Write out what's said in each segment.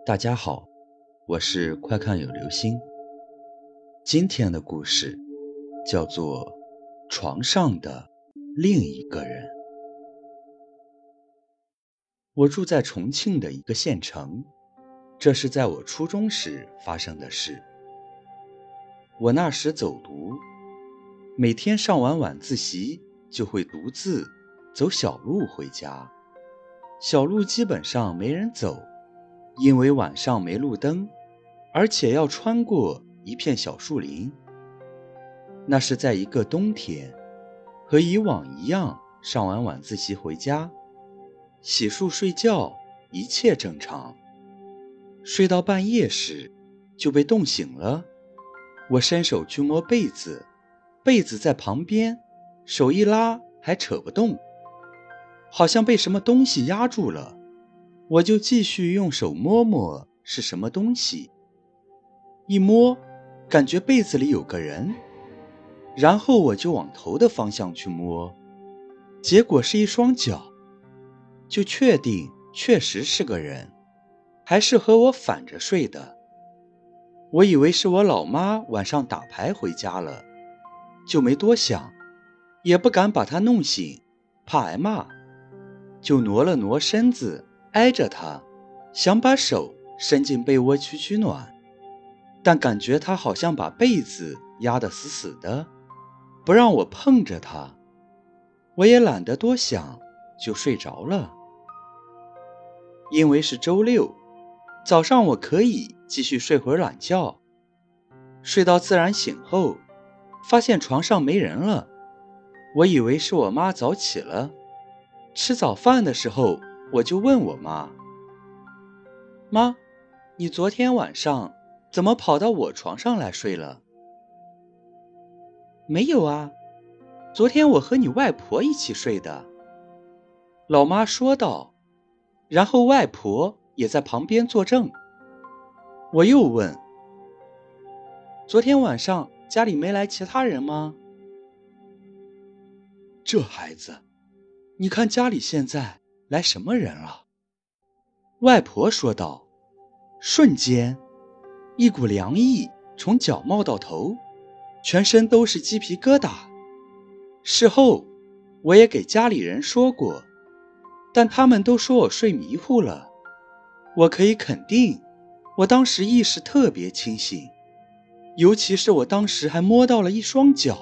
大家好，我是快看有流星。今天的故事叫做床上的另一个人。我住在重庆的一个县城，这是在我初中时发生的事。我那时走读，每天上完晚自习就会独自走小路回家。小路基本上没人走，因为晚上没路灯，而且要穿过一片小树林。那是在一个冬天，和以往一样，上完晚自习回家，洗漱睡觉，一切正常。睡到半夜时，就被冻醒了。我伸手去摸被子，被子在旁边，手一拉还扯不动，好像被什么东西压住了。我就继续用手摸摸是什么东西，一摸感觉被子里有个人，然后我就往头的方向去摸，结果是一双脚，就确定确实是个人，还是和我反着睡的。我以为是我老妈晚上打牌回家了，就没多想，也不敢把她弄醒，怕挨骂，就挪了挪身子挨着她，想把手伸进被窝去取暖，但感觉她好像把被子压得死死的，不让我碰着她。我也懒得多想，就睡着了。因为是周六，早上我可以继续睡会儿懒觉。睡到自然醒后，发现床上没人了。我以为是我妈早起了。吃早饭的时候，我就问我妈：妈，你昨天晚上怎么跑到我床上来睡了？没有啊，昨天我和你外婆一起睡的。老妈说道，然后外婆也在旁边作证。我又问，昨天晚上家里没来其他人吗？这孩子，你看家里现在来什么人了？外婆说道。瞬间，一股凉意从脚冒到头，全身都是鸡皮疙瘩。事后，我也给家里人说过，但他们都说我睡迷糊了。我可以肯定，我当时意识特别清醒，尤其是我当时还摸到了一双脚。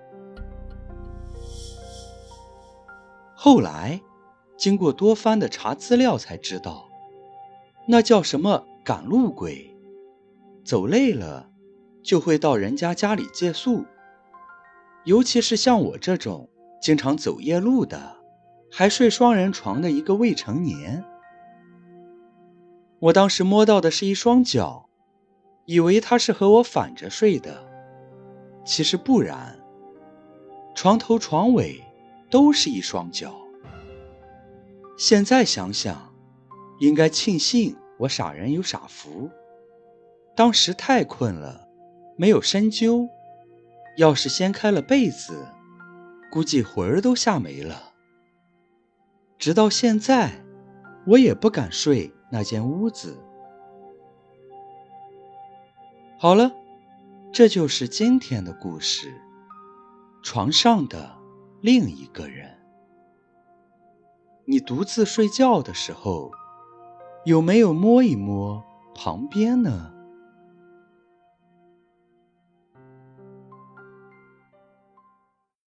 后来，经过多番的查资料才知道，那叫什么赶路鬼，走累了就会到人家家里借宿，尤其是像我这种经常走夜路的，还睡双人床的一个未成年。我当时摸到的是一双脚，以为他是和我反着睡的，其实不然，床头床尾都是一双脚。现在想想，应该庆幸我傻人有傻福，当时太困了，没有深究，要是掀开了被子，估计魂儿都吓没了。直到现在，我也不敢睡那间屋子。好了，这就是今天的故事，床上的另一个人。你独自睡觉的时候，有没有摸一摸旁边呢？